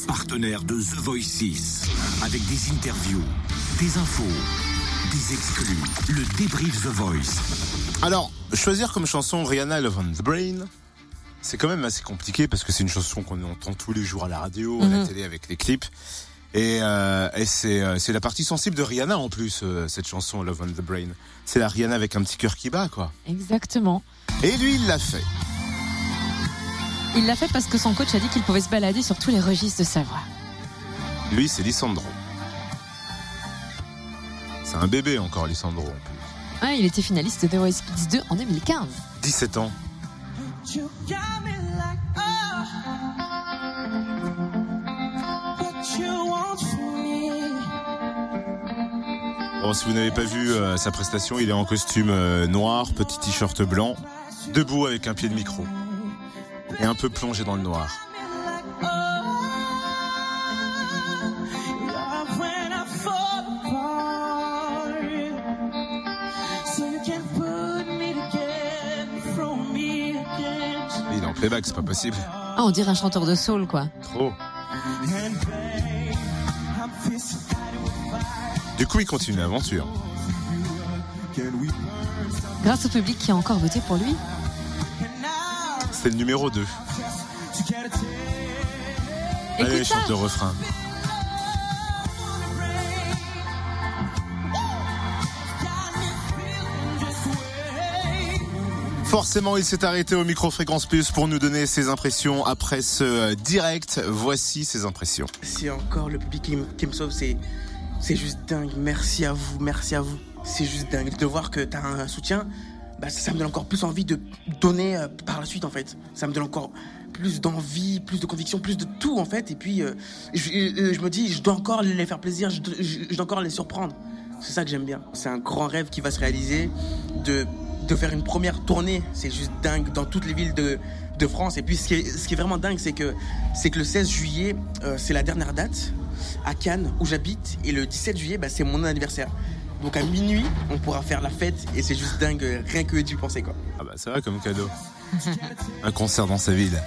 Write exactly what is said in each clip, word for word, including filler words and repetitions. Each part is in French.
partenaire de The Voice six, avec des interviews, des infos, des exclus, le débrief The Voice. Alors, choisir comme chanson Rihanna Love on the Brain, c'est quand même assez compliqué parce que c'est une chanson qu'on entend tous les jours à la radio, à mm-hmm. la télé avec les clips. Et, euh, et c'est, c'est la partie sensible de Rihanna en plus, euh, cette chanson Love on the Brain. C'est la Rihanna avec un petit cœur qui bat, quoi. Exactement. Et lui, il l'a fait. Il l'a fait parce que son coach a dit qu'il pouvait se balader sur tous les registres de sa voix. Lui, c'est Lisandro. C'est un bébé encore, Lisandro, en plus. Ah, il était finaliste de The Voice Kids deux en deux mille quinze. dix-sept ans. Bon, si vous n'avez pas vu euh, sa prestation, il est en costume euh, noir, petit t-shirt blanc, debout avec un pied de micro. Et un peu plongé dans le noir. Il est en playback, c'est pas possible. Ah, on dirait un chanteur de soul, quoi. Trop. Du coup, il continue l'aventure. Grâce au public qui a encore voté pour lui. C'est le numéro deux. Allez, Écoute chante ça. le refrain. Forcément, il s'est arrêté au micro Fréquence Plus pour nous donner ses impressions après ce direct. Voici ses impressions. C'est encore le public qui, m- qui me sauve, c'est, c'est juste dingue. Merci à vous, merci à vous. C'est juste dingue de voir que t'as un soutien. Bah, ça, ça me donne encore plus envie de donner euh, par la suite en fait. Ça me donne encore plus d'envie, plus de conviction, plus de tout en fait. Et puis euh, je, euh, je me dis, je dois encore les faire plaisir, je, je, je dois encore les surprendre. C'est ça que j'aime bien. C'est un grand rêve qui va se réaliser de, de faire une première tournée. C'est juste dingue dans toutes les villes de, de France. Et puis ce qui est, ce qui est vraiment dingue, c'est que, c'est que le seize juillet, euh, c'est la dernière date à Cannes où j'habite. Et le dix-sept juillet, bah, c'est mon anniversaire. Donc à minuit, on pourra faire la fête et c'est juste dingue, rien que d'y penser quoi. Ah bah ça va comme cadeau. Un concert dans sa ville.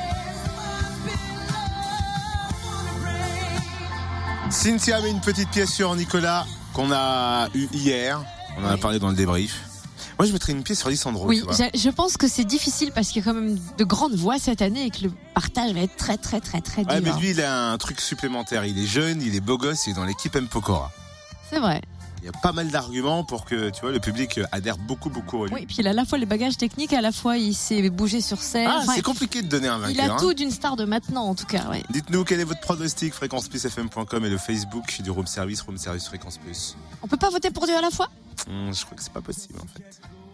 Cynthia met une petite pièce sur Nicolas qu'on a eu hier. On en a parlé dans le débrief. Moi je mettrais une pièce sur Lisandro. Oui, tu vois. je pense que c'est difficile parce qu'il y a quand même de grandes voix cette année et que le partage va être très très très très dur. Ouais, mais lui il a un truc supplémentaire. Il est jeune, il est beau gosse, il est dans l'équipe M Pokora. C'est vrai. Il y a pas mal d'arguments pour que tu vois le public adhère beaucoup beaucoup à lui. Oui, puis il a à la fois les bagages techniques, à la fois il s'est bougé sur scène. Ah, Enfin, c'est compliqué de donner un vainqueur. il a hein. tout d'une star de maintenant en tout cas. Ouais. Dites-nous quel est votre pronostic, fréquence plus f m point com et le Facebook du Room Service, Room Service Fréquence Plus. On peut pas voter pour deux à la fois ? Hum, je crois que c'est pas possible en fait.